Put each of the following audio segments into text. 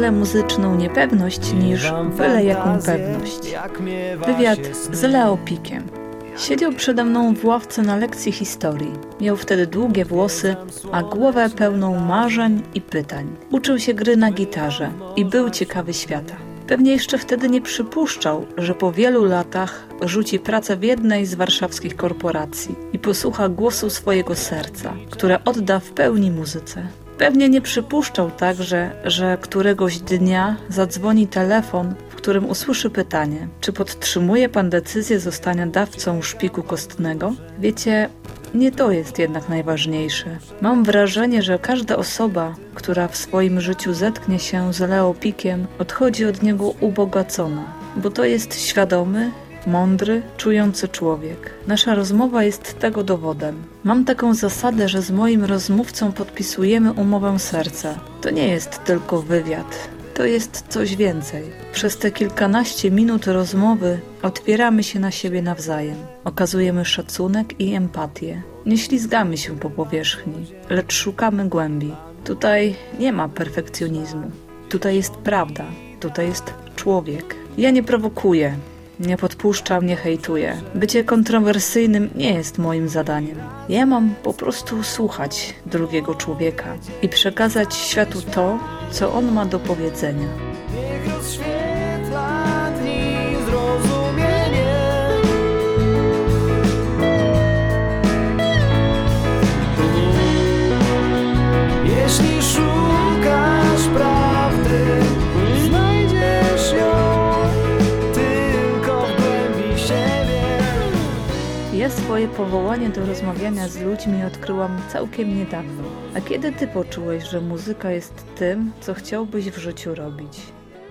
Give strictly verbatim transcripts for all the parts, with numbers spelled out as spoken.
wolę muzyczną niepewność niż byle jaką pewność. Wywiad z Leo Pikiem. Siedział przede mną w ławce na lekcji historii. Miał wtedy długie włosy, a głowę pełną marzeń i pytań. Uczył się gry na gitarze i był ciekawy świata. Pewnie jeszcze wtedy nie przypuszczał, że po wielu latach rzuci pracę w jednej z warszawskich korporacji i posłucha głosu swojego serca, które odda w pełni muzyce. Pewnie nie przypuszczał także, że któregoś dnia zadzwoni telefon, w którym usłyszy pytanie: czy podtrzymuje pan decyzję zostania dawcą szpiku kostnego? Wiecie, nie to jest jednak najważniejsze. Mam wrażenie, że każda osoba, która w swoim życiu zetknie się z Leo Pikiem, odchodzi od niego ubogacona, bo to jest świadomy, mądry, czujący człowiek. Nasza rozmowa jest tego dowodem. Mam taką zasadę, że z moim rozmówcą podpisujemy umowę serca. To nie jest tylko wywiad. To jest coś więcej. Przez te kilkanaście minut rozmowy otwieramy się na siebie nawzajem. Okazujemy szacunek i empatię. Nie ślizgamy się po powierzchni, lecz szukamy głębi. Tutaj nie ma perfekcjonizmu. Tutaj jest prawda. Tutaj jest człowiek. Ja nie prowokuję. Nie podpuszczam, nie hejtuję. Bycie kontrowersyjnym nie jest moim zadaniem. Ja mam po prostu słuchać drugiego człowieka i przekazać światu to, co on ma do powiedzenia. Niech rozświetla dni zrozumienie. Jeśli szukasz prawdy, znajdziesz ją tylko w głębi siebie. Ja swoje powołanie do rozmawiania z ludźmi odkryłam całkiem niedawno. A kiedy ty poczułeś, że muzyka jest tym, co chciałbyś w życiu robić?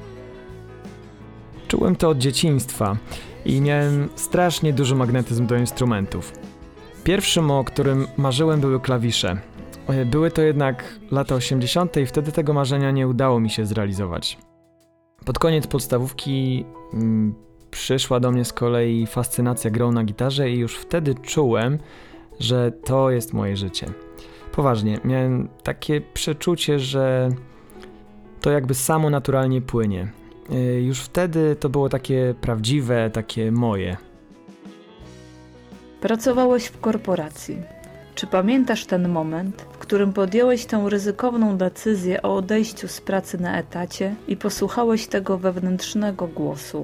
Czułem to od dzieciństwa i miałem strasznie duży magnetyzm do instrumentów. Pierwszym, o którym marzyłem, były klawisze. Były to jednak lata osiemdziesiąte i wtedy tego marzenia nie udało mi się zrealizować. Pod koniec podstawówki mm, przyszła do mnie z kolei fascynacja grą na gitarze i już wtedy czułem, że to jest moje życie. Poważnie, miałem takie przeczucie, że to jakby samo naturalnie płynie. Yy, już wtedy to było takie prawdziwe, takie moje. Pracowałeś w korporacji. Czy pamiętasz ten moment, w którym podjąłeś tę ryzykowną decyzję o odejściu z pracy na etacie i posłuchałeś tego wewnętrznego głosu?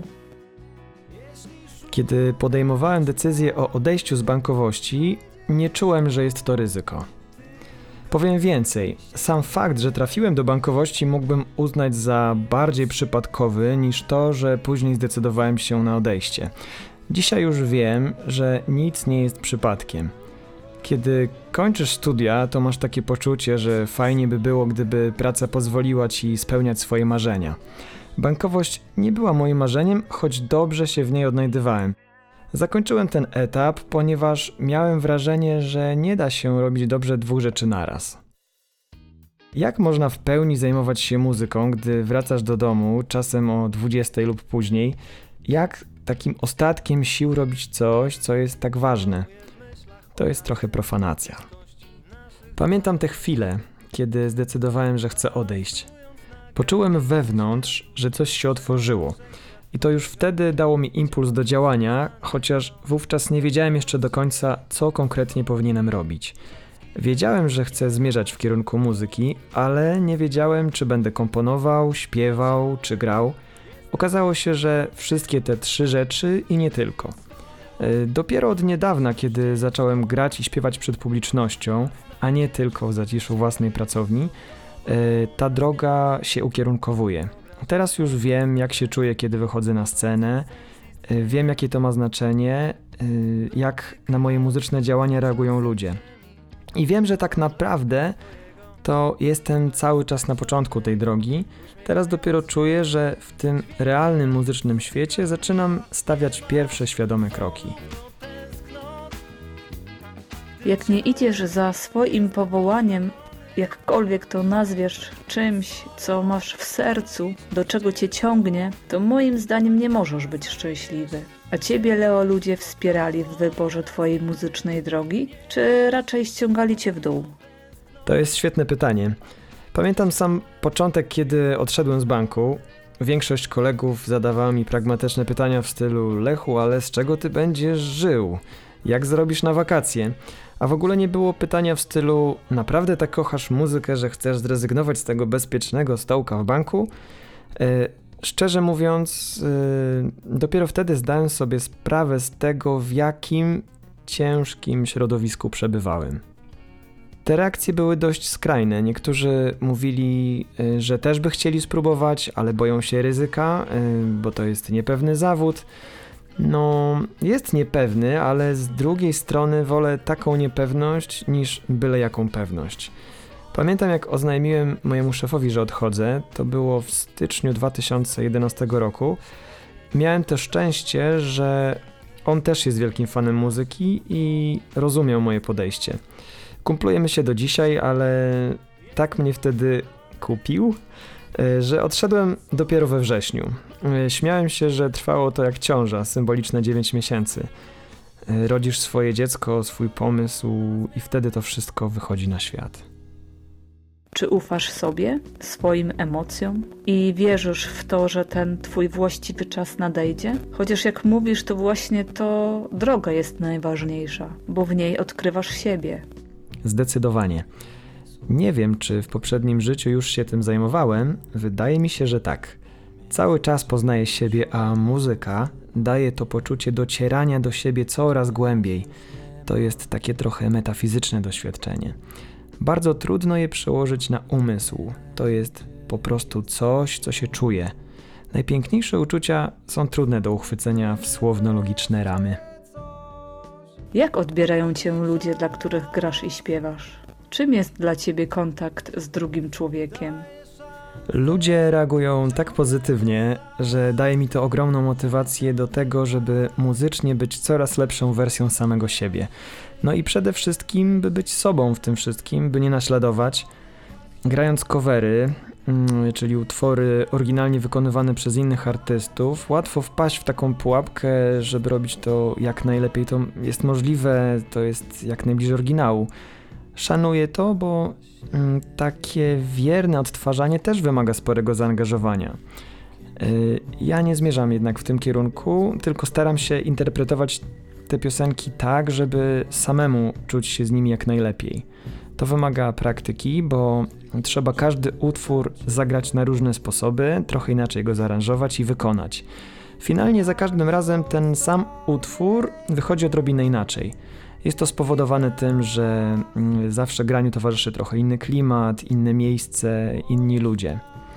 Kiedy podejmowałem decyzję o odejściu z bankowości, nie czułem, że jest to ryzyko. Powiem więcej, sam fakt, że trafiłem do bankowości, mógłbym uznać za bardziej przypadkowy niż to, że później zdecydowałem się na odejście. Dzisiaj już wiem, że nic nie jest przypadkiem. Kiedy kończysz studia, to masz takie poczucie, że fajnie by było, gdyby praca pozwoliła ci spełniać swoje marzenia. Bankowość nie była moim marzeniem, choć dobrze się w niej odnajdywałem. Zakończyłem ten etap, ponieważ miałem wrażenie, że nie da się robić dobrze dwóch rzeczy naraz. Jak można w pełni zajmować się muzyką, gdy wracasz do domu, czasem o dwudziestej lub później? Jak takim ostatkiem sił robić coś, co jest tak ważne? To jest trochę profanacja. Pamiętam te chwile, kiedy zdecydowałem, że chcę odejść. Poczułem wewnątrz, że coś się otworzyło. I to już wtedy dało mi impuls do działania, chociaż wówczas nie wiedziałem jeszcze do końca, co konkretnie powinienem robić. Wiedziałem, że chcę zmierzać w kierunku muzyki, ale nie wiedziałem, czy będę komponował, śpiewał, czy grał. Okazało się, że wszystkie te trzy rzeczy i nie tylko. Dopiero od niedawna, kiedy zacząłem grać i śpiewać przed publicznością, a nie tylko w zaciszu własnej pracowni, ta droga się ukierunkowuje. Teraz już wiem, jak się czuję, kiedy wychodzę na scenę, wiem, jakie to ma znaczenie, jak na moje muzyczne działania reagują ludzie. I wiem, że tak naprawdę to jestem cały czas na początku tej drogi. Teraz dopiero czuję, że w tym realnym muzycznym świecie zaczynam stawiać pierwsze świadome kroki. Jak nie idziesz za swoim powołaniem, jakkolwiek to nazwiesz, czymś, co masz w sercu, do czego cię ciągnie, to moim zdaniem nie możesz być szczęśliwy. A ciebie, Leo, ludzie wspierali w wyborze twojej muzycznej drogi, czy raczej ściągali cię w dół? To jest świetne pytanie. Pamiętam sam początek, kiedy odszedłem z banku. Większość kolegów zadawała mi pragmatyczne pytania w stylu: Lechu, ale z czego ty będziesz żył? Jak zrobisz na wakacje? A w ogóle nie było pytania w stylu: naprawdę tak kochasz muzykę, że chcesz zrezygnować z tego bezpiecznego stołka w banku? Yy, szczerze mówiąc, yy, dopiero wtedy zdałem sobie sprawę z tego, w jakim ciężkim środowisku przebywałem. Te reakcje były dość skrajne. Niektórzy mówili, y, że też by chcieli spróbować, ale boją się ryzyka, y, bo to jest niepewny zawód. No, jest niepewny, ale z drugiej strony wolę taką niepewność niż byle jaką pewność. Pamiętam, jak oznajmiłem mojemu szefowi, że odchodzę, to było w styczniu dwa tysiące jedenastego roku. Miałem to szczęście, że on też jest wielkim fanem muzyki i rozumiał moje podejście. Kumplujemy się do dzisiaj, ale tak mnie wtedy kupił, że odszedłem dopiero we wrześniu. Śmiałem się, że trwało to jak ciąża, symboliczne dziewięć miesięcy. Rodzisz swoje dziecko, swój pomysł i wtedy to wszystko wychodzi na świat. Czy ufasz sobie, swoim emocjom i wierzysz w to, że ten twój właściwy czas nadejdzie? Chociaż jak mówisz, to właśnie to droga jest najważniejsza, bo w niej odkrywasz siebie. Zdecydowanie. Nie wiem, czy w poprzednim życiu już się tym zajmowałem. Wydaje mi się, że tak. Cały czas poznaję siebie, a muzyka daje to poczucie docierania do siebie coraz głębiej. To jest takie trochę metafizyczne doświadczenie. Bardzo trudno je przełożyć na umysł. To jest po prostu coś, co się czuje. Najpiękniejsze uczucia są trudne do uchwycenia w słowno-logiczne ramy. Jak odbierają cię ludzie, dla których grasz i śpiewasz? Czym jest dla ciebie kontakt z drugim człowiekiem? Ludzie reagują tak pozytywnie, że daje mi to ogromną motywację do tego, żeby muzycznie być coraz lepszą wersją samego siebie. No i przede wszystkim, by być sobą w tym wszystkim, by nie naśladować. Grając covery, czyli utwory oryginalnie wykonywane przez innych artystów, łatwo wpaść w taką pułapkę, żeby robić to jak najlepiej to jest możliwe, to jest jak najbliżej oryginału. Szanuję to, bo mm, takie wierne odtwarzanie też wymaga sporego zaangażowania. Yy, ja nie zmierzam jednak w tym kierunku, tylko staram się interpretować te piosenki tak, żeby samemu czuć się z nimi jak najlepiej. To wymaga praktyki, bo trzeba każdy utwór zagrać na różne sposoby, trochę inaczej go zaaranżować i wykonać. Finalnie za każdym razem ten sam utwór wychodzi odrobinę inaczej. Jest to spowodowane tym, że zawsze graniu towarzyszy trochę inny klimat, inne miejsce, inni ludzie.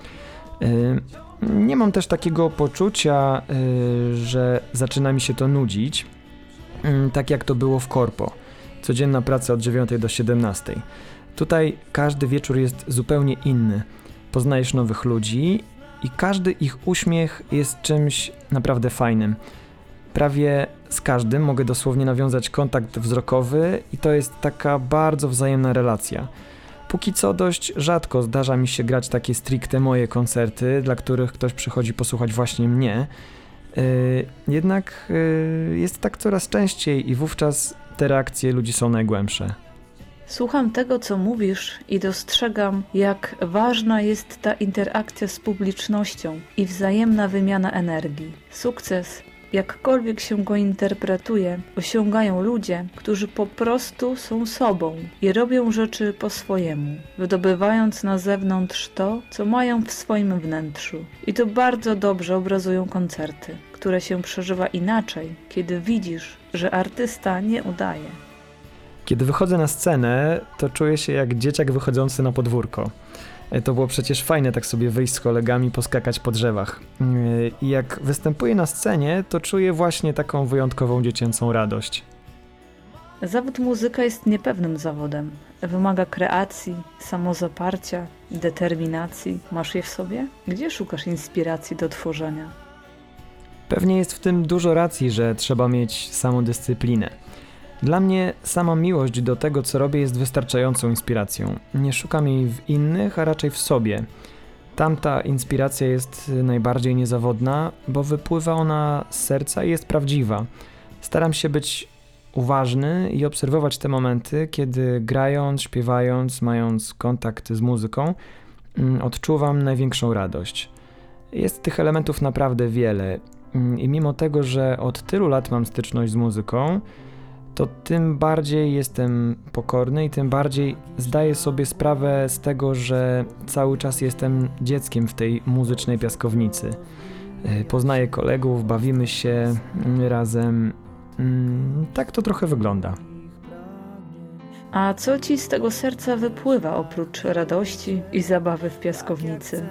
Nie mam też takiego poczucia, że zaczyna mi się to nudzić, tak jak to było w korpo. Codzienna praca od dziewiątej do siedemnastej. Tutaj każdy wieczór jest zupełnie inny. Poznajesz nowych ludzi i każdy ich uśmiech jest czymś naprawdę fajnym. Prawie z każdym mogę dosłownie nawiązać kontakt wzrokowy i to jest taka bardzo wzajemna relacja. Póki co dość rzadko zdarza mi się grać takie stricte moje koncerty, dla których ktoś przychodzi posłuchać właśnie mnie. Yy, jednak yy, jest tak coraz częściej i wówczas te reakcje ludzi są najgłębsze. Słucham tego, co mówisz i dostrzegam, jak ważna jest ta interakcja z publicznością i wzajemna wymiana energii. Sukces, jakkolwiek się go interpretuje, osiągają ludzie, którzy po prostu są sobą i robią rzeczy po swojemu, wydobywając na zewnątrz to, co mają w swoim wnętrzu. I to bardzo dobrze obrazują koncerty, które się przeżywa inaczej, kiedy widzisz, że artysta nie udaje. Kiedy wychodzę na scenę, to czuję się jak dzieciak wychodzący na podwórko. To było przecież fajne tak sobie wyjść z kolegami, poskakać po drzewach. I jak występuję na scenie, to czuję właśnie taką wyjątkową dziecięcą radość. Zawód muzyka jest niepewnym zawodem. Wymaga kreacji, samozaparcia, determinacji. Masz je w sobie? Gdzie szukasz inspiracji do tworzenia? Pewnie jest w tym dużo racji, że trzeba mieć samodyscyplinę. Dla mnie sama miłość do tego, co robię, jest wystarczającą inspiracją. Nie szukam jej w innych, a raczej w sobie. Tamta inspiracja jest najbardziej niezawodna, bo wypływa ona z serca i jest prawdziwa. Staram się być uważny i obserwować te momenty, kiedy grając, śpiewając, mając kontakt z muzyką, mm, odczuwam największą radość. Jest tych elementów naprawdę wiele mm, i mimo tego, że od tylu lat mam styczność z muzyką, to tym bardziej jestem pokorny i tym bardziej zdaję sobie sprawę z tego, że cały czas jestem dzieckiem w tej muzycznej piaskownicy. Yy, Poznaję kolegów, bawimy się mm, razem. Mm, Tak to trochę wygląda. A co ci z tego serca wypływa oprócz radości i zabawy w piaskownicy?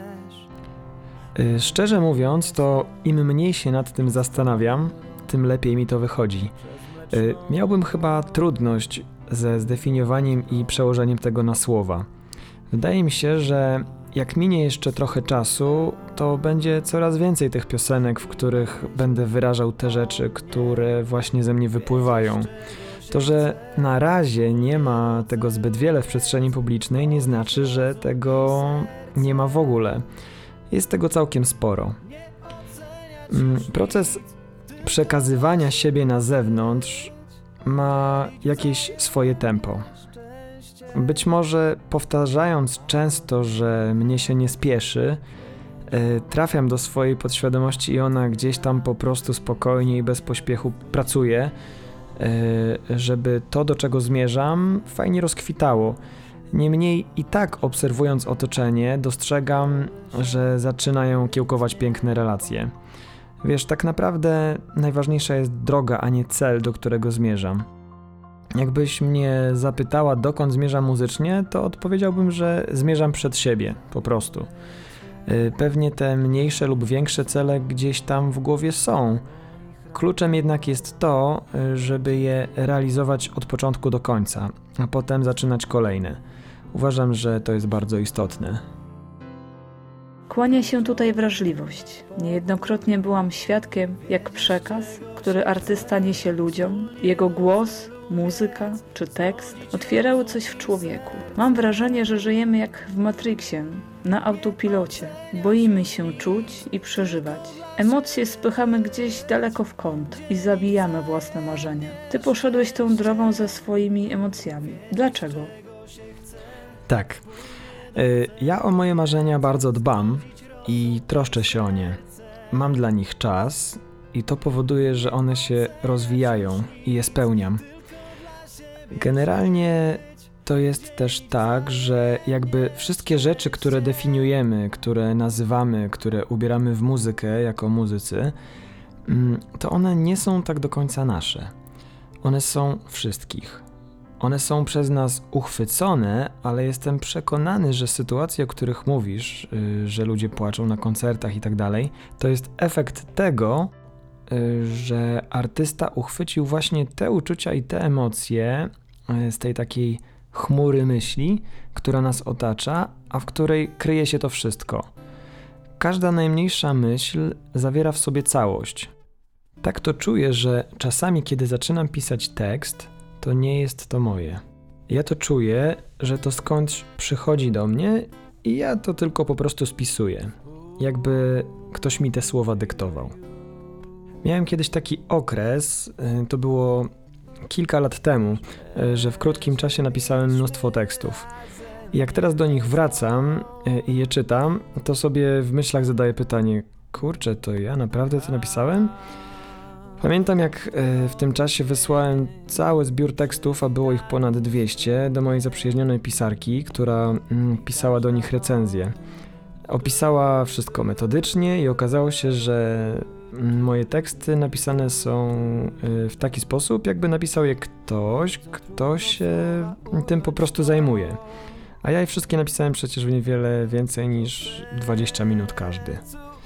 Yy, Szczerze mówiąc, to im mniej się nad tym zastanawiam, tym lepiej mi to wychodzi. Yy, Miałbym chyba trudność ze zdefiniowaniem i przełożeniem tego na słowa. Wydaje mi się, że jak minie jeszcze trochę czasu, to będzie coraz więcej tych piosenek, w których będę wyrażał te rzeczy, które właśnie ze mnie wypływają. To, że na razie nie ma tego zbyt wiele w przestrzeni publicznej, nie znaczy, że tego nie ma w ogóle. Jest tego całkiem sporo. Mm, Proces przekazywania siebie na zewnątrz ma jakieś swoje tempo. Być może powtarzając często, że mnie się nie spieszy, yy, trafiam do swojej podświadomości i ona gdzieś tam po prostu spokojnie i bez pośpiechu pracuje, yy, żeby to, do czego zmierzam, fajnie rozkwitało. Niemniej i tak obserwując otoczenie, dostrzegam, że zaczynają kiełkować piękne relacje. Wiesz, tak naprawdę najważniejsza jest droga, a nie cel, do którego zmierzam. Jakbyś mnie zapytała, dokąd zmierzam muzycznie, to odpowiedziałbym, że zmierzam przed siebie, po prostu. Yy, Pewnie te mniejsze lub większe cele gdzieś tam w głowie są. Kluczem jednak jest to, yy, żeby je realizować od początku do końca, a potem zaczynać kolejne. Uważam, że to jest bardzo istotne. Kłania się tutaj wrażliwość. Niejednokrotnie byłam świadkiem, jak przekaz, który artysta niesie ludziom, jego głos, muzyka czy tekst otwierały coś w człowieku. Mam wrażenie, że żyjemy jak w Matrixie, na autopilocie. Boimy się czuć i przeżywać. Emocje spychamy gdzieś daleko w kąt i zabijamy własne marzenia. Ty poszedłeś tą drogą ze swoimi emocjami. Dlaczego? Tak. Y, Ja o moje marzenia bardzo dbam i troszczę się o nie. Mam dla nich czas i to powoduje, że one się rozwijają i je spełniam. Generalnie to jest też tak, że jakby wszystkie rzeczy, które definiujemy, które nazywamy, które ubieramy w muzykę jako muzycy, mm, to one nie są tak do końca nasze. One są wszystkich. One są przez nas uchwycone, ale jestem przekonany, że sytuacje, o których mówisz, yy, że ludzie płaczą na koncertach i tak dalej, to jest efekt tego, yy, że artysta uchwycił właśnie te uczucia i te emocje yy, z tej takiej chmury myśli, która nas otacza, a w której kryje się to wszystko. Każda najmniejsza myśl zawiera w sobie całość. Tak to czuję, że czasami, kiedy zaczynam pisać tekst, to nie jest to moje. Ja to czuję, że to skądś przychodzi do mnie i ja to tylko po prostu spisuję. Jakby ktoś mi te słowa dyktował. Miałem kiedyś taki okres, to było kilka lat temu, że w krótkim czasie napisałem mnóstwo tekstów. I jak teraz do nich wracam i je czytam, to sobie w myślach zadaję pytanie, kurczę, to ja naprawdę to napisałem? Pamiętam, jak w tym czasie wysłałem cały zbiór tekstów, a było ich ponad dwieście, do mojej zaprzyjaźnionej pisarki, która mm, pisała do nich recenzję. Opisała wszystko metodycznie i okazało się, że mm, moje teksty napisane są y, w taki sposób, jakby napisał je ktoś, kto się tym po prostu zajmuje. A ja je wszystkie napisałem przecież w niewiele więcej niż dwadzieścia minut każdy.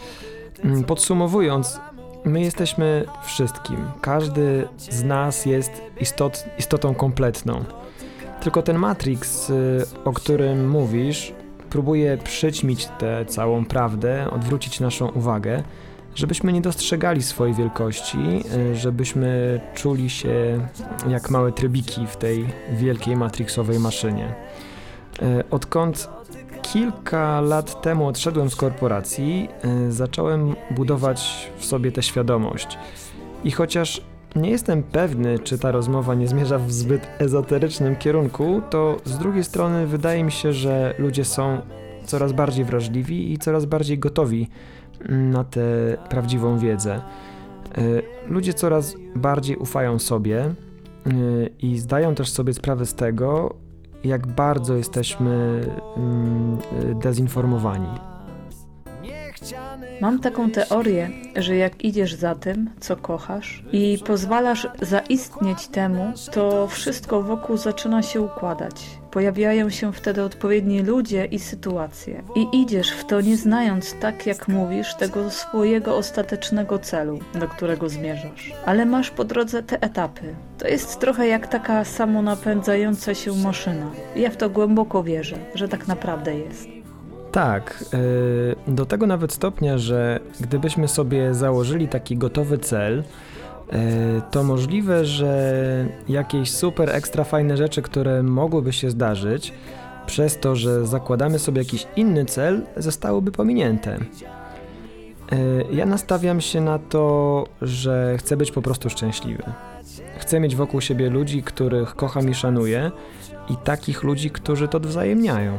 Mm, Podsumowując, my jesteśmy wszystkim. Każdy z nas jest istot, istotą kompletną. Tylko ten Matrix, o którym mówisz, próbuje przyćmić tę całą prawdę, odwrócić naszą uwagę, żebyśmy nie dostrzegali swojej wielkości, żebyśmy czuli się jak małe trybiki w tej wielkiej matrixowej maszynie. Odkąd kilka lat temu odszedłem z korporacji, yy, zacząłem budować w sobie tę świadomość. I chociaż nie jestem pewny, czy ta rozmowa nie zmierza w zbyt ezoterycznym kierunku, to z drugiej strony wydaje mi się, że ludzie są coraz bardziej wrażliwi i coraz bardziej gotowi na tę prawdziwą wiedzę. Ludzie coraz bardziej ufają sobie i zdają też sobie sprawę z tego, jak bardzo jesteśmy dezinformowani. Mam taką teorię, że jak idziesz za tym, co kochasz i pozwalasz zaistnieć temu, to wszystko wokół zaczyna się układać. Pojawiają się wtedy odpowiedni ludzie i sytuacje. I idziesz w to nie znając, tak jak mówisz, tego swojego ostatecznego celu, do którego zmierzasz. Ale masz po drodze te etapy. To jest trochę jak taka samonapędzająca się maszyna. Ja w to głęboko wierzę, że tak naprawdę jest. Tak, yy, do tego nawet stopnia, że gdybyśmy sobie założyli taki gotowy cel, yy, to możliwe, że jakieś super ekstra fajne rzeczy, które mogłyby się zdarzyć, przez to, że zakładamy sobie jakiś inny cel, zostałyby pominięte. Yy, ja nastawiam się na to, że chcę być po prostu szczęśliwy. Chcę mieć wokół siebie ludzi, których kocham i szanuję, i takich ludzi, którzy to odwzajemniają.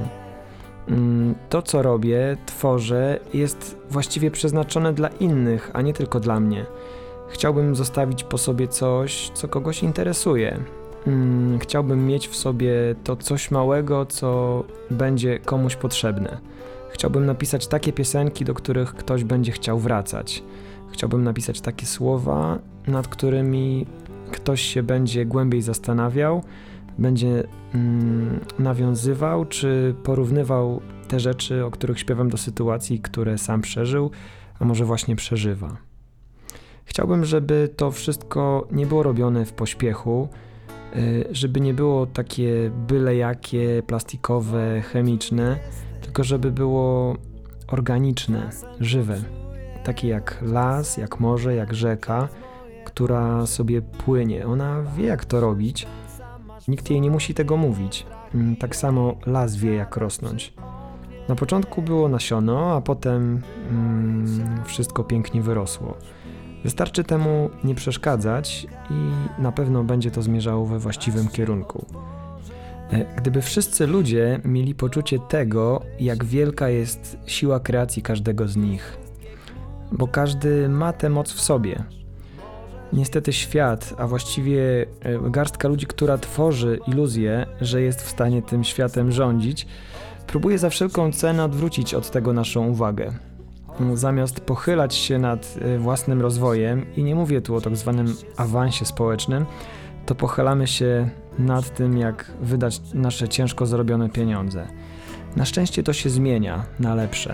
To, co robię, tworzę, jest właściwie przeznaczone dla innych, a nie tylko dla mnie. Chciałbym zostawić po sobie coś, co kogoś interesuje. Chciałbym mieć w sobie to coś małego, co będzie komuś potrzebne. Chciałbym napisać takie piosenki, do których ktoś będzie chciał wracać. Chciałbym napisać takie słowa, nad którymi ktoś się będzie głębiej zastanawiał, będzie mm, nawiązywał czy porównywał te rzeczy, o których śpiewam, do sytuacji, które sam przeżył, a może właśnie przeżywa. Chciałbym, żeby to wszystko nie było robione w pośpiechu, yy, żeby nie było takie byle jakie, plastikowe, chemiczne, tylko żeby było organiczne, żywe, takie jak las, jak morze, jak rzeka, która sobie płynie. Ona wie, jak to robić. Nikt jej nie musi tego mówić. Tak samo las wie, jak rosnąć. Na początku było nasiono, a potem mm, wszystko pięknie wyrosło. Wystarczy temu nie przeszkadzać i na pewno będzie to zmierzało we właściwym kierunku. Gdyby wszyscy ludzie mieli poczucie tego, jak wielka jest siła kreacji każdego z nich, bo każdy ma tę moc w sobie. Niestety świat, a właściwie garstka ludzi, która tworzy iluzję, że jest w stanie tym światem rządzić, próbuje za wszelką cenę odwrócić od tego naszą uwagę. Zamiast pochylać się nad własnym rozwojem, i nie mówię tu o tak zwanym awansie społecznym, to pochylamy się nad tym, jak wydać nasze ciężko zarobione pieniądze. Na szczęście to się zmienia na lepsze.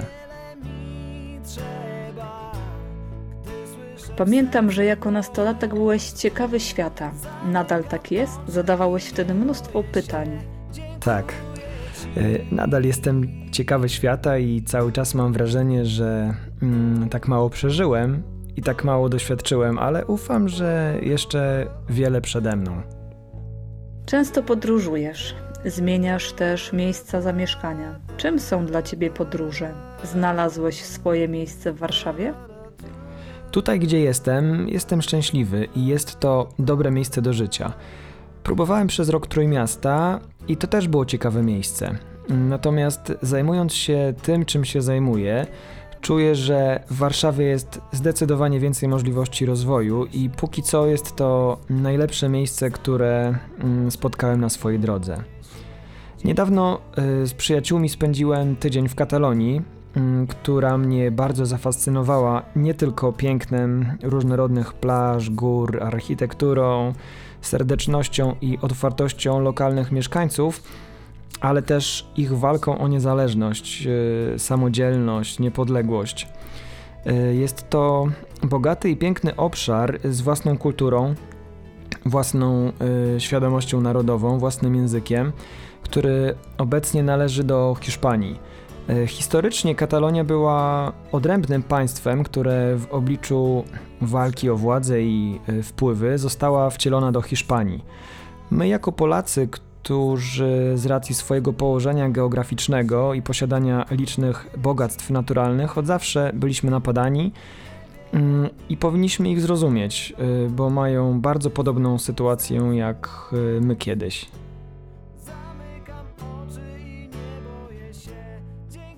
Pamiętam, że jako nastolatek byłeś ciekawy świata. Nadal tak jest? Zadawałeś wtedy mnóstwo pytań. Tak. Nadal jestem ciekawy świata i cały czas mam wrażenie, że mm, tak mało przeżyłem i tak mało doświadczyłem, ale ufam, że jeszcze wiele przede mną. Często podróżujesz. Zmieniasz też miejsca zamieszkania. Czym są dla ciebie podróże? Znalazłeś swoje miejsce w Warszawie? Tutaj, gdzie jestem, jestem szczęśliwy i jest to dobre miejsce do życia. Próbowałem przez rok Trójmiasta i to też było ciekawe miejsce. Natomiast zajmując się tym, czym się zajmuję, czuję, że w Warszawie jest zdecydowanie więcej możliwości rozwoju i póki co jest to najlepsze miejsce, które spotkałem na swojej drodze. Niedawno z przyjaciółmi spędziłem tydzień w Katalonii, która mnie bardzo zafascynowała nie tylko pięknem różnorodnych plaż, gór, architekturą, serdecznością i otwartością lokalnych mieszkańców, ale też ich walką o niezależność, samodzielność, niepodległość. Jest to bogaty i piękny obszar z własną kulturą, własną świadomością narodową, własnym językiem, który obecnie należy do Hiszpanii. Historycznie Katalonia była odrębnym państwem, które w obliczu walki o władzę i wpływy została wcielona do Hiszpanii. My jako Polacy, którzy z racji swojego położenia geograficznego i posiadania licznych bogactw naturalnych od zawsze byliśmy napadani i powinniśmy ich zrozumieć, bo mają bardzo podobną sytuację jak my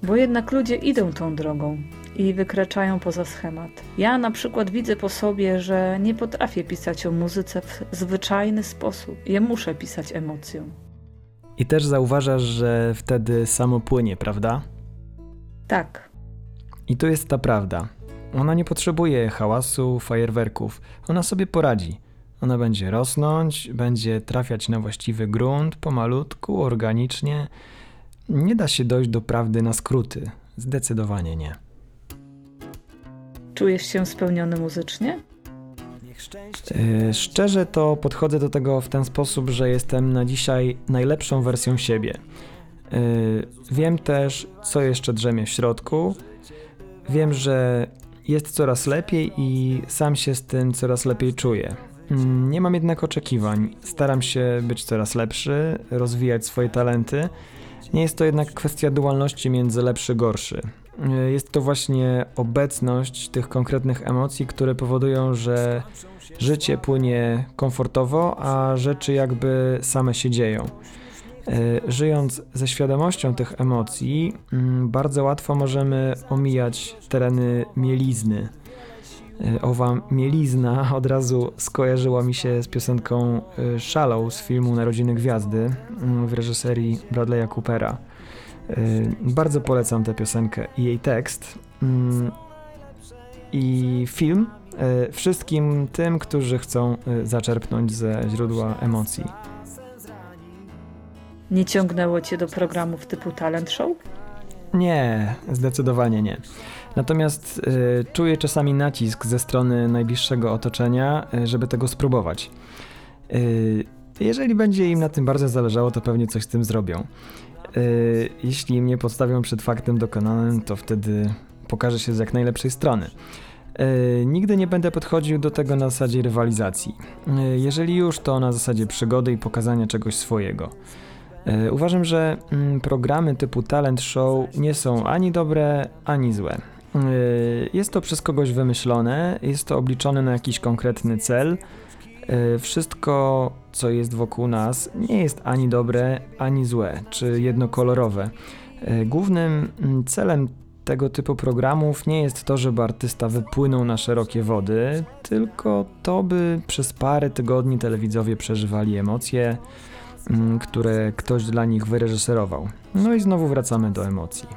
bo jednak ludzie idą tą drogą i wykraczają poza schemat. Ja na przykład widzę po sobie, że nie potrafię pisać o muzyce w zwyczajny sposób. Ja muszę pisać emocją. I też zauważasz, że wtedy samo płynie, prawda? Tak. I tu jest ta prawda. Ona nie potrzebuje hałasu, fajerwerków. Ona sobie poradzi. Ona będzie rosnąć, będzie trafiać na właściwy grunt, pomalutku, organicznie. Nie da się dojść do prawdy na skróty. Zdecydowanie nie. Czujesz się spełniony muzycznie? Yy, szczerze to podchodzę do tego w ten sposób, że jestem na dzisiaj najlepszą wersją siebie. Yy, wiem też, co jeszcze drzemie w środku. Wiem, że jest coraz lepiej i sam się z tym coraz lepiej czuję. Yy, nie mam jednak oczekiwań. Staram się być coraz lepszy, rozwijać swoje talenty. Nie jest to jednak kwestia dualności między lepszy, gorszy. Yy, jest to właśnie obecność tych konkretnych emocji, które powodują, że życie płynie komfortowo, a rzeczy jakby same się dzieją. Żyjąc ze świadomością tych emocji, bardzo łatwo możemy omijać tereny mielizny. Owa mielizna od razu skojarzyła mi się z piosenką Shallow z filmu Narodziny Gwiazdy w reżyserii Bradley'a Coopera. Bardzo polecam tę piosenkę i jej tekst. I film wszystkim tym, którzy chcą zaczerpnąć ze źródła emocji. Nie ciągnęło cię do programów typu talent show? Nie, zdecydowanie nie. Natomiast y, czuję czasami nacisk ze strony najbliższego otoczenia, y, żeby tego spróbować. Y, jeżeli będzie im na tym bardzo zależało, to pewnie coś z tym zrobią. Y, jeśli mnie postawią przed faktem dokonanym, to wtedy pokażę się z jak najlepszej strony. Yy, nigdy nie będę podchodził do tego na zasadzie rywalizacji. Yy, jeżeli już, to na zasadzie przygody i pokazania czegoś swojego. Yy, uważam, że yy, programy typu talent show nie są ani dobre, ani złe. Yy, jest to przez kogoś wymyślone, jest to obliczone na jakiś konkretny cel. Yy, wszystko, co jest wokół nas, nie jest ani dobre, ani złe, czy jednokolorowe. Yy, głównym yy, celem tego typu programów nie jest to, żeby artysta wypłynął na szerokie wody, tylko to, by przez parę tygodni telewidzowie przeżywali emocje, m, które ktoś dla nich wyreżyserował. No i znowu wracamy do emocji.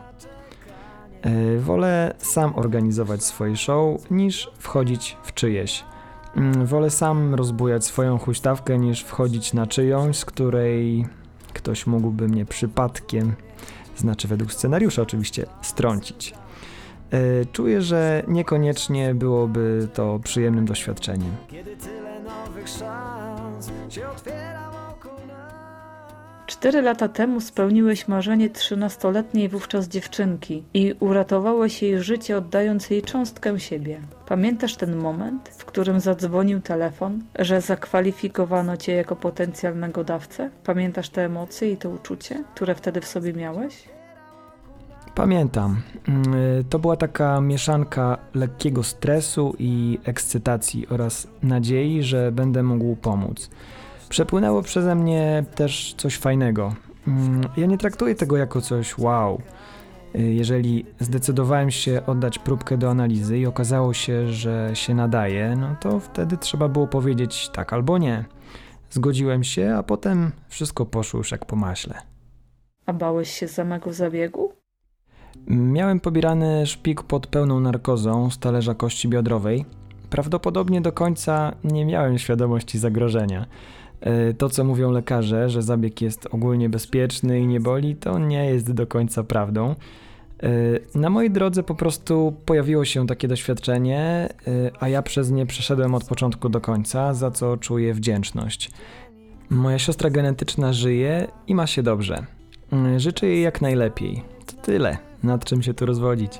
Yy, wolę sam organizować swoje show, niż wchodzić w czyjeś. Yy, wolę sam rozbujać swoją huśtawkę, niż wchodzić na czyjąś, z której ktoś mógłby mnie przypadkiem, znaczy według scenariusza oczywiście, strącić. Yy, czuję, że niekoniecznie byłoby to przyjemnym doświadczeniem. Kiedy tyle nowych szans się otwiera wokół nas. Cztery lata temu spełniłeś marzenie trzynastoletniej wówczas dziewczynki i uratowałeś jej życie, oddając jej cząstkę siebie. Pamiętasz ten moment, w którym zadzwonił telefon, że zakwalifikowano cię jako potencjalnego dawcę? Pamiętasz te emocje i to uczucie, które wtedy w sobie miałeś? Pamiętam. Yy, to była taka mieszanka lekkiego stresu i ekscytacji oraz nadziei, że będę mógł pomóc. Przepłynęło przeze mnie też coś fajnego. Yy, ja nie traktuję tego jako coś wow. Yy, jeżeli zdecydowałem się oddać próbkę do analizy i okazało się, że się nadaje, no to wtedy trzeba było powiedzieć tak albo nie. Zgodziłem się, a potem wszystko poszło już jak po maśle. A bałeś się samego zabiegu? Miałem pobierany szpik pod pełną narkozą z talerza kości biodrowej. Prawdopodobnie do końca nie miałem świadomości zagrożenia. To, co mówią lekarze, że zabieg jest ogólnie bezpieczny i nie boli, to nie jest do końca prawdą. Na mojej drodze po prostu pojawiło się takie doświadczenie, a ja przez nie przeszedłem od początku do końca, za co czuję wdzięczność. Moja siostra genetyczna żyje i ma się dobrze. Życzę jej jak najlepiej. To tyle, nad czym się tu rozwodzić.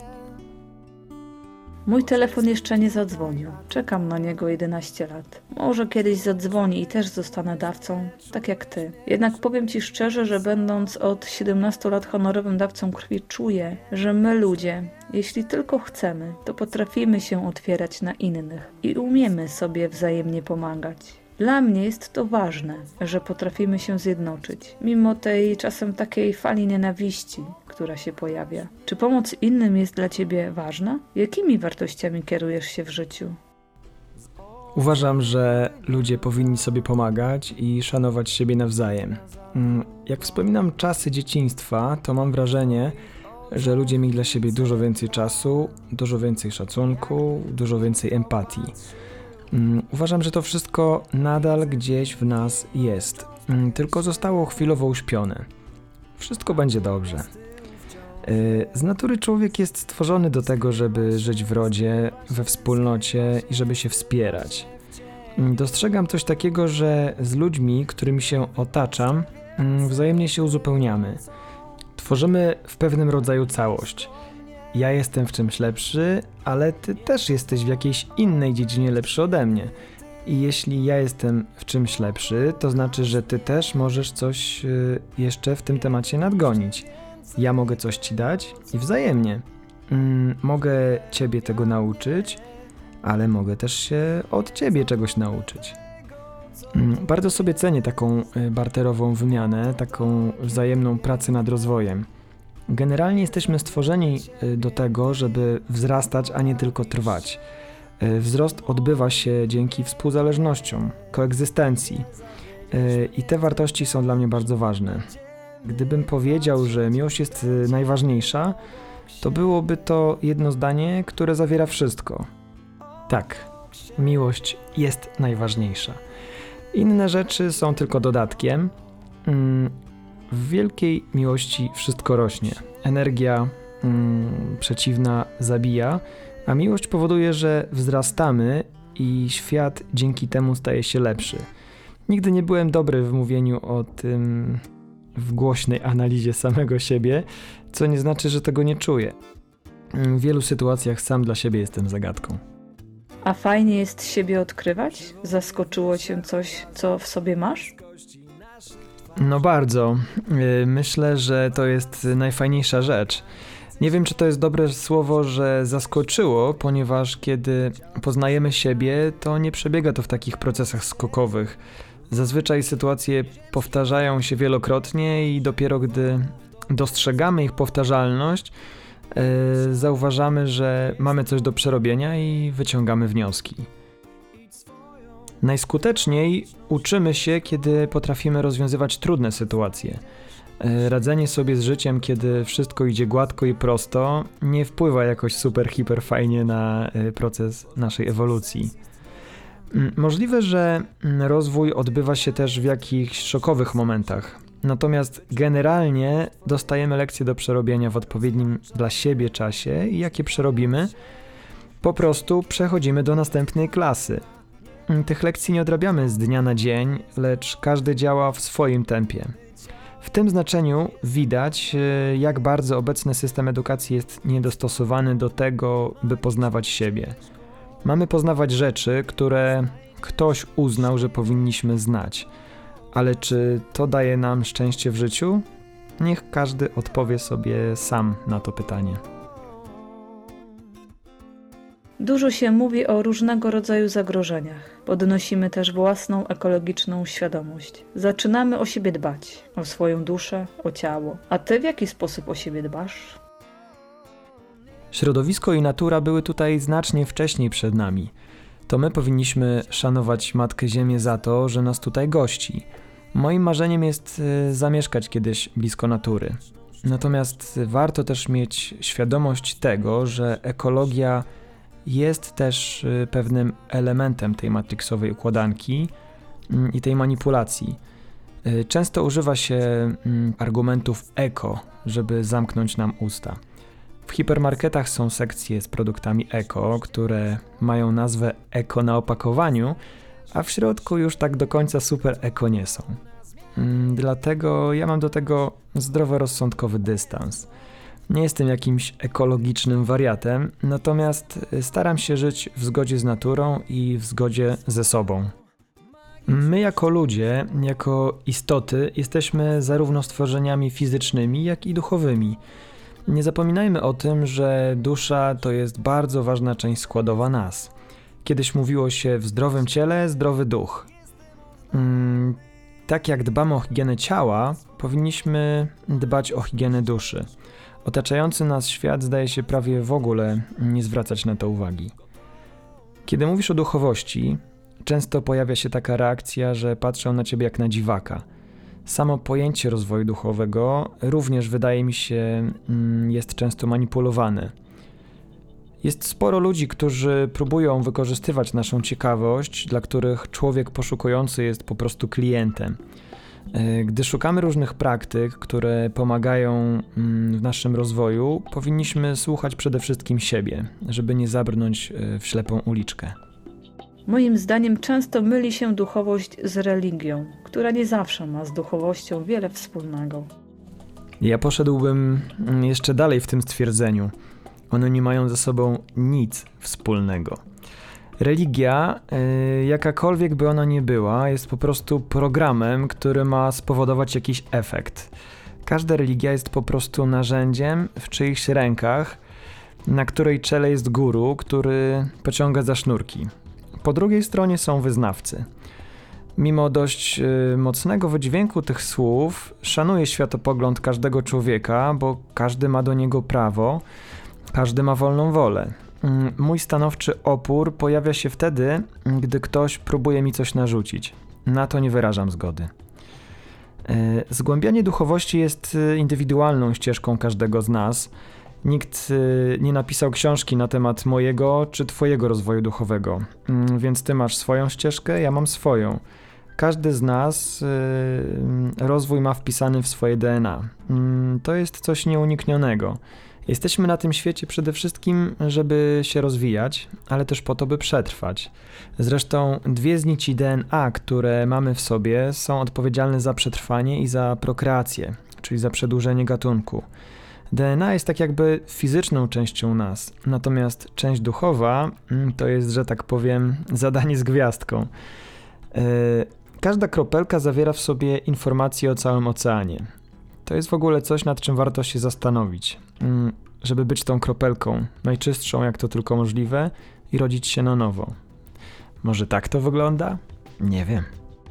Mój telefon jeszcze nie zadzwonił. Czekam na niego jedenaście lat. Może kiedyś zadzwoni i też zostanę dawcą, tak jak ty. Jednak powiem ci szczerze, że będąc od siedemnastu lat honorowym dawcą krwi, czuję, że my ludzie, jeśli tylko chcemy, to potrafimy się otwierać na innych i umiemy sobie wzajemnie pomagać. Dla mnie jest to ważne, że potrafimy się zjednoczyć, mimo tej czasem takiej fali nienawiści, która która się pojawia. Czy pomoc innym jest dla ciebie ważna? Jakimi wartościami kierujesz się w życiu? Uważam, że ludzie powinni sobie pomagać i szanować siebie nawzajem. Mm, Jak wspominam czasy dzieciństwa, to mam wrażenie, że ludzie mieli dla siebie dużo więcej czasu, dużo więcej szacunku, dużo więcej empatii. Mm, Uważam, że to wszystko nadal gdzieś w nas jest, mm, tylko zostało chwilowo uśpione. Wszystko będzie dobrze. Yy, Z natury człowiek jest stworzony do tego, żeby żyć w rodzie, we wspólnocie i żeby się wspierać. Yy, Dostrzegam coś takiego, że z ludźmi, którymi się otaczam, yy, wzajemnie się uzupełniamy. Tworzymy w pewnym rodzaju całość. Ja jestem w czymś lepszy, ale ty też jesteś w jakiejś innej dziedzinie lepszy ode mnie. I jeśli ja jestem w czymś lepszy, to znaczy, że ty też możesz coś yy, jeszcze w tym temacie nadgonić. Ja mogę coś ci dać i wzajemnie. Mm, mogę ciebie tego nauczyć, ale mogę też się od ciebie czegoś nauczyć. Mm, bardzo sobie cenię taką y, barterową wymianę, taką wzajemną pracę nad rozwojem. Generalnie jesteśmy stworzeni y, do tego, żeby wzrastać, a nie tylko trwać. Y, wzrost odbywa się dzięki współzależnościom, koegzystencji. Y, I te wartości są dla mnie bardzo ważne. Gdybym powiedział, że miłość jest y, najważniejsza, to byłoby to jedno zdanie, które zawiera wszystko. Tak, miłość jest najważniejsza. Inne rzeczy są tylko dodatkiem. Mm, W wielkiej miłości wszystko rośnie. Energia mm, przeciwna zabija, a miłość powoduje, że wzrastamy i świat dzięki temu staje się lepszy. Nigdy nie byłem dobry w mówieniu o tym w głośnej analizie samego siebie, co nie znaczy, że tego nie czuję. W wielu sytuacjach sam dla siebie jestem zagadką. A fajnie jest siebie odkrywać? Zaskoczyło cię coś, co w sobie masz? No bardzo. Yy, Myślę, że to jest najfajniejsza rzecz. Nie wiem, czy to jest dobre słowo, że zaskoczyło, ponieważ kiedy poznajemy siebie, to nie przebiega to w takich procesach skokowych. Zazwyczaj sytuacje powtarzają się wielokrotnie i dopiero gdy dostrzegamy ich powtarzalność, yy, zauważamy, że mamy coś do przerobienia i wyciągamy wnioski. Najskuteczniej uczymy się, kiedy potrafimy rozwiązywać trudne sytuacje. Yy, Radzenie sobie z życiem, kiedy wszystko idzie gładko i prosto, nie wpływa jakoś super, hiper fajnie na yy, proces naszej ewolucji. Możliwe, że rozwój odbywa się też w jakichś szokowych momentach. Natomiast generalnie dostajemy lekcje do przerobienia w odpowiednim dla siebie czasie i jak je przerobimy, po prostu przechodzimy do następnej klasy. Tych lekcji nie odrabiamy z dnia na dzień, lecz każdy działa w swoim tempie. W tym znaczeniu widać, jak bardzo obecny system edukacji jest niedostosowany do tego, by poznawać siebie. Mamy poznawać rzeczy, które ktoś uznał, że powinniśmy znać. Ale czy to daje nam szczęście w życiu? Niech każdy odpowie sobie sam na to pytanie. Dużo się mówi o różnego rodzaju zagrożeniach. Podnosimy też własną ekologiczną świadomość. Zaczynamy o siebie dbać, o swoją duszę, o ciało. A ty w jaki sposób o siebie dbasz? Środowisko i natura były tutaj znacznie wcześniej przed nami. To my powinniśmy szanować Matkę Ziemię za to, że nas tutaj gości. Moim marzeniem jest y, zamieszkać kiedyś blisko natury. Natomiast warto też mieć świadomość tego, że ekologia jest też y, pewnym elementem tej matrixowej układanki y, i tej manipulacji. Y, często używa się y, argumentów eko, żeby zamknąć nam usta. W hipermarketach są sekcje z produktami eko, które mają nazwę eko na opakowaniu, a w środku już tak do końca super eko nie są. Mm, dlatego ja mam do tego zdroworozsądkowy dystans. Nie jestem jakimś ekologicznym wariatem, natomiast staram się żyć w zgodzie z naturą i w zgodzie ze sobą. My jako ludzie, jako istoty jesteśmy zarówno stworzeniami fizycznymi, jak i duchowymi. Nie zapominajmy o tym, że dusza to jest bardzo ważna część składowa nas. Kiedyś mówiło się w zdrowym ciele, zdrowy duch. Hmm, tak jak dbamy o higienę ciała, powinniśmy dbać o higienę duszy. Otaczający nas świat zdaje się prawie w ogóle nie zwracać na to uwagi. Kiedy mówisz o duchowości, często pojawia się taka reakcja, że patrzę na ciebie jak na dziwaka. Samo pojęcie rozwoju duchowego również, wydaje mi się, jest często manipulowane. Jest sporo ludzi, którzy próbują wykorzystywać naszą ciekawość, dla których człowiek poszukujący jest po prostu klientem. Gdy szukamy różnych praktyk, które pomagają w naszym rozwoju, powinniśmy słuchać przede wszystkim siebie, żeby nie zabrnąć w ślepą uliczkę. Moim zdaniem często myli się duchowość z religią, która nie zawsze ma z duchowością wiele wspólnego. Ja poszedłbym jeszcze dalej w tym stwierdzeniu. One nie mają ze sobą nic wspólnego. Religia, yy, jakakolwiek by ona nie była, jest po prostu programem, który ma spowodować jakiś efekt. Każda religia jest po prostu narzędziem w czyichś rękach, na której czele jest guru, który pociąga za sznurki. Po drugiej stronie są wyznawcy. Mimo dość yy, mocnego wydźwięku tych słów, szanuję światopogląd każdego człowieka, bo każdy ma do niego prawo, każdy ma wolną wolę. Mój stanowczy opór pojawia się wtedy, gdy ktoś próbuje mi coś narzucić. Na to nie wyrażam zgody. Zgłębianie duchowości jest indywidualną ścieżką każdego z nas. Nikt nie napisał książki na temat mojego czy twojego rozwoju duchowego, więc ty masz swoją ścieżkę, ja mam swoją. Każdy z nas rozwój ma wpisany w swoje D N A. To jest coś nieuniknionego. Jesteśmy na tym świecie przede wszystkim, żeby się rozwijać, ale też po to, by przetrwać. Zresztą dwie z nici D N A, które mamy w sobie, są odpowiedzialne za przetrwanie i za prokreację, czyli za przedłużenie gatunku. D N A jest tak jakby fizyczną częścią nas, natomiast część duchowa to jest, że tak powiem, zadanie z gwiazdką. Yy, każda kropelka zawiera w sobie informacje o całym oceanie. To jest w ogóle coś, nad czym warto się zastanowić, żeby być tą kropelką, najczystszą jak to tylko możliwe i rodzić się na nowo. Może tak to wygląda? Nie wiem.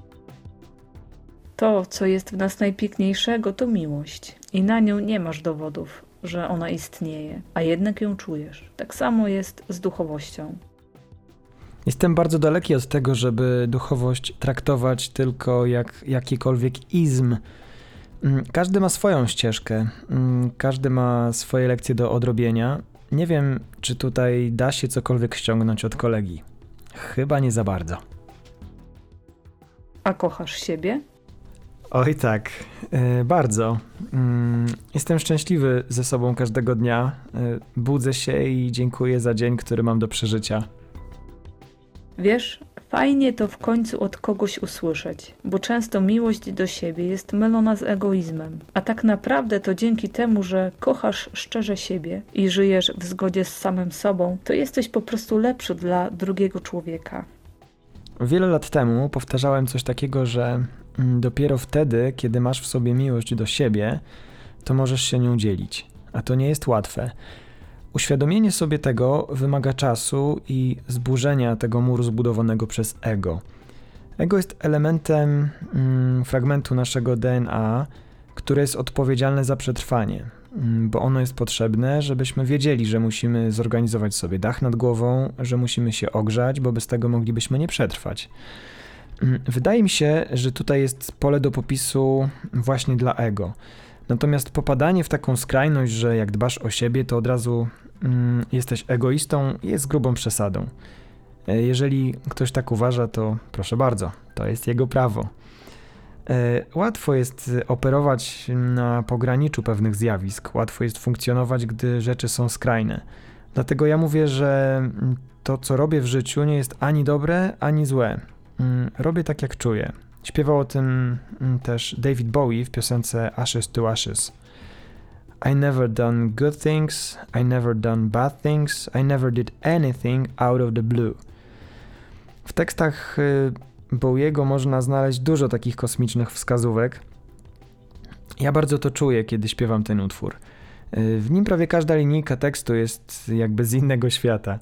To, co jest w nas najpiękniejszego, to miłość. I na nią nie masz dowodów, że ona istnieje, a jednak ją czujesz. Tak samo jest z duchowością. Jestem bardzo daleki od tego, żeby duchowość traktować tylko jak jakikolwiek izm. Każdy ma swoją ścieżkę, każdy ma swoje lekcje do odrobienia. Nie wiem, czy tutaj da się cokolwiek ściągnąć od kolegi. Chyba nie za bardzo. A kochasz siebie? Oj tak, yy, bardzo. Yy, jestem szczęśliwy ze sobą każdego dnia. Yy, budzę się i dziękuję za dzień, który mam do przeżycia. Wiesz, fajnie to w końcu od kogoś usłyszeć, bo często miłość do siebie jest mylona z egoizmem, a tak naprawdę to dzięki temu, że kochasz szczerze siebie i żyjesz w zgodzie z samym sobą, to jesteś po prostu lepszy dla drugiego człowieka. Wiele lat temu powtarzałem coś takiego, że dopiero wtedy, kiedy masz w sobie miłość do siebie, to możesz się nią dzielić, a to nie jest łatwe. Uświadomienie sobie tego wymaga czasu i zburzenia tego muru zbudowanego przez ego. Ego jest elementem mm, fragmentu naszego D N A, które jest odpowiedzialne za przetrwanie, mm, bo ono jest potrzebne, żebyśmy wiedzieli, że musimy zorganizować sobie dach nad głową, że musimy się ogrzać, bo bez tego moglibyśmy nie przetrwać. Mm, wydaje mi się, że tutaj jest pole do popisu właśnie dla ego. Natomiast popadanie w taką skrajność, że jak dbasz o siebie, to od razu mm, jesteś egoistą, jest grubą przesadą. Jeżeli ktoś tak uważa, to proszę bardzo, to jest jego prawo. E, łatwo jest operować na pograniczu pewnych zjawisk, łatwo jest funkcjonować, gdy rzeczy są skrajne. Dlatego ja mówię, że to, co robię w życiu, nie jest ani dobre, ani złe. Mm, robię tak, jak czuję. Śpiewał o tym też David Bowie w piosence Ashes to Ashes. I never done good things, I never done bad things, I never did anything out of the blue. W tekstach Bowiego można znaleźć dużo takich kosmicznych wskazówek. Ja bardzo to czuję, kiedy śpiewam ten utwór. W nim prawie każda linijka tekstu jest jakby z innego świata.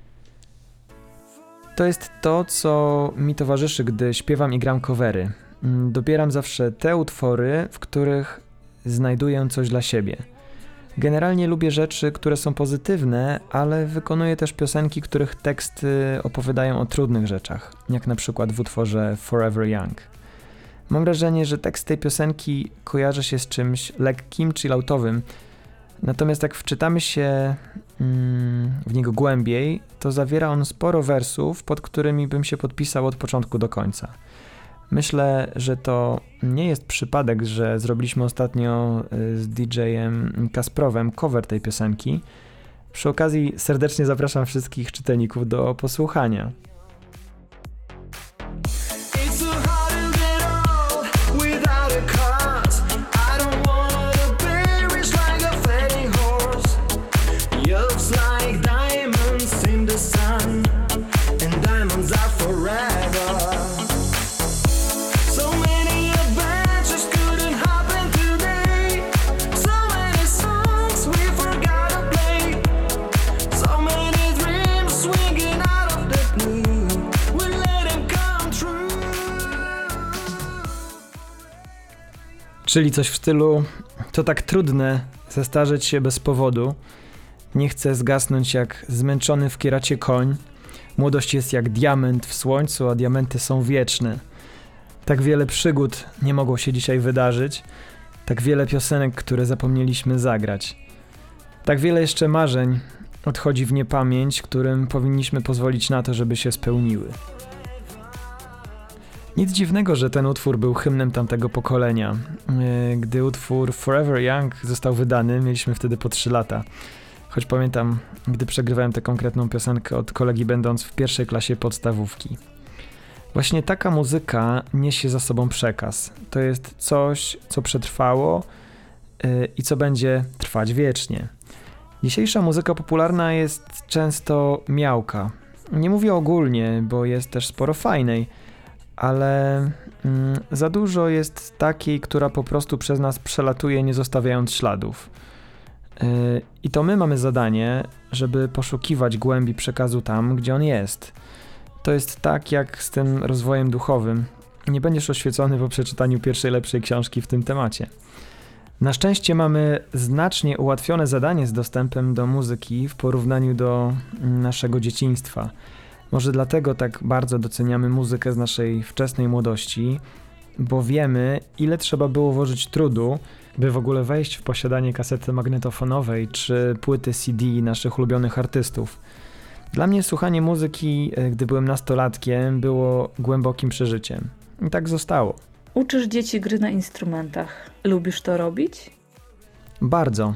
To jest to, co mi towarzyszy, gdy śpiewam i gram covery. Dobieram zawsze te utwory, w których znajduję coś dla siebie. Generalnie lubię rzeczy, które są pozytywne, ale wykonuję też piosenki, których teksty opowiadają o trudnych rzeczach, jak na przykład w utworze Forever Young. Mam wrażenie, że tekst tej piosenki kojarzy się z czymś lekkim, chilloutowym, natomiast jak wczytamy się mm, w niego głębiej, to zawiera on sporo wersów, pod którymi bym się podpisał od początku do końca. Myślę, że to nie jest przypadek, że zrobiliśmy ostatnio z D J-em Kasprowem cover tej piosenki. Przy okazji serdecznie zapraszam wszystkich czytelników do posłuchania. Czyli coś w stylu, to tak trudne zestarzeć się bez powodu. Nie chcę zgasnąć jak zmęczony w kieracie koń. Młodość jest jak diament w słońcu, a diamenty są wieczne. Tak wiele przygód nie mogło się dzisiaj wydarzyć. Tak wiele piosenek, które zapomnieliśmy zagrać. Tak wiele jeszcze marzeń odchodzi w niepamięć, którym powinniśmy pozwolić na to, żeby się spełniły. Nic dziwnego, że ten utwór był hymnem tamtego pokolenia. Gdy utwór Forever Young został wydany, mieliśmy wtedy po trzy lata. Choć pamiętam, gdy przegrywałem tę konkretną piosenkę od kolegi, będąc w pierwszej klasie podstawówki. Właśnie taka muzyka niesie za sobą przekaz. To jest coś, co przetrwało yy, i co będzie trwać wiecznie. Dzisiejsza muzyka popularna jest często miałka. Nie mówię ogólnie, bo jest też sporo fajnej, ale mm, za dużo jest takiej, która po prostu przez nas przelatuje, nie zostawiając śladów. Yy, I to my mamy zadanie, żeby poszukiwać głębi przekazu tam, gdzie on jest. To jest tak jak z tym rozwojem duchowym. Nie będziesz oświecony po przeczytaniu pierwszej lepszej książki w tym temacie. Na szczęście mamy znacznie ułatwione zadanie z dostępem do muzyki w porównaniu do naszego dzieciństwa. Może dlatego tak bardzo doceniamy muzykę z naszej wczesnej młodości, bo wiemy, ile trzeba było włożyć trudu, by w ogóle wejść w posiadanie kasety magnetofonowej czy płyty C D naszych ulubionych artystów. Dla mnie słuchanie muzyki, gdy byłem nastolatkiem, było głębokim przeżyciem. I tak zostało. Uczysz dzieci gry na instrumentach. Lubisz to robić? Bardzo.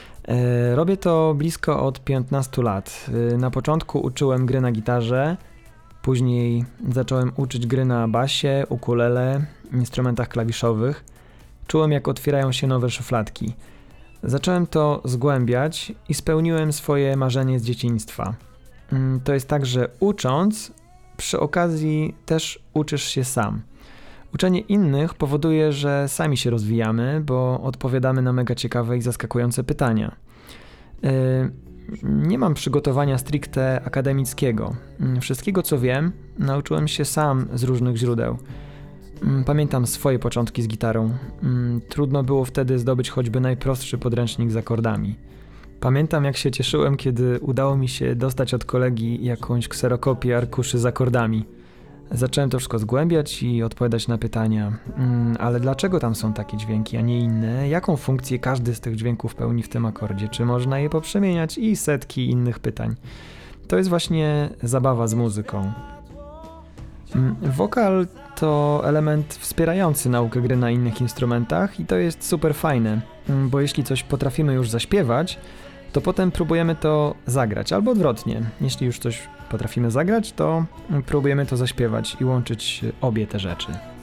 E, robię to blisko od piętnastu lat. E, na początku uczyłem gry na gitarze, później zacząłem uczyć gry na basie, ukulele, instrumentach klawiszowych. Czułem, jak otwierają się nowe szufladki. Zacząłem to zgłębiać i spełniłem swoje marzenie z dzieciństwa. E, to jest tak, że ucząc, przy okazji też uczysz się sam. Uczenie innych powoduje, że sami się rozwijamy, bo odpowiadamy na mega ciekawe i zaskakujące pytania. Yy, nie mam przygotowania stricte akademickiego. Wszystkiego, co wiem, nauczyłem się sam z różnych źródeł. Yy, pamiętam swoje początki z gitarą. Yy, trudno było wtedy zdobyć choćby najprostszy podręcznik z akordami. Pamiętam, jak się cieszyłem, kiedy udało mi się dostać od kolegi jakąś kserokopię arkuszy z akordami. Zacząłem to wszystko zgłębiać i odpowiadać na pytania, mm, ale dlaczego tam są takie dźwięki, a nie inne? Jaką funkcję każdy z tych dźwięków pełni w tym akordzie? Czy można je poprzemieniać? I setki innych pytań. To jest właśnie zabawa z muzyką. Mm, wokal to element wspierający naukę gry na innych instrumentach i to jest super fajne, mm, bo jeśli coś potrafimy już zaśpiewać, to potem próbujemy to zagrać, albo odwrotnie. Jeśli już coś potrafimy zagrać, to próbujemy to zaśpiewać i łączyć obie te rzeczy.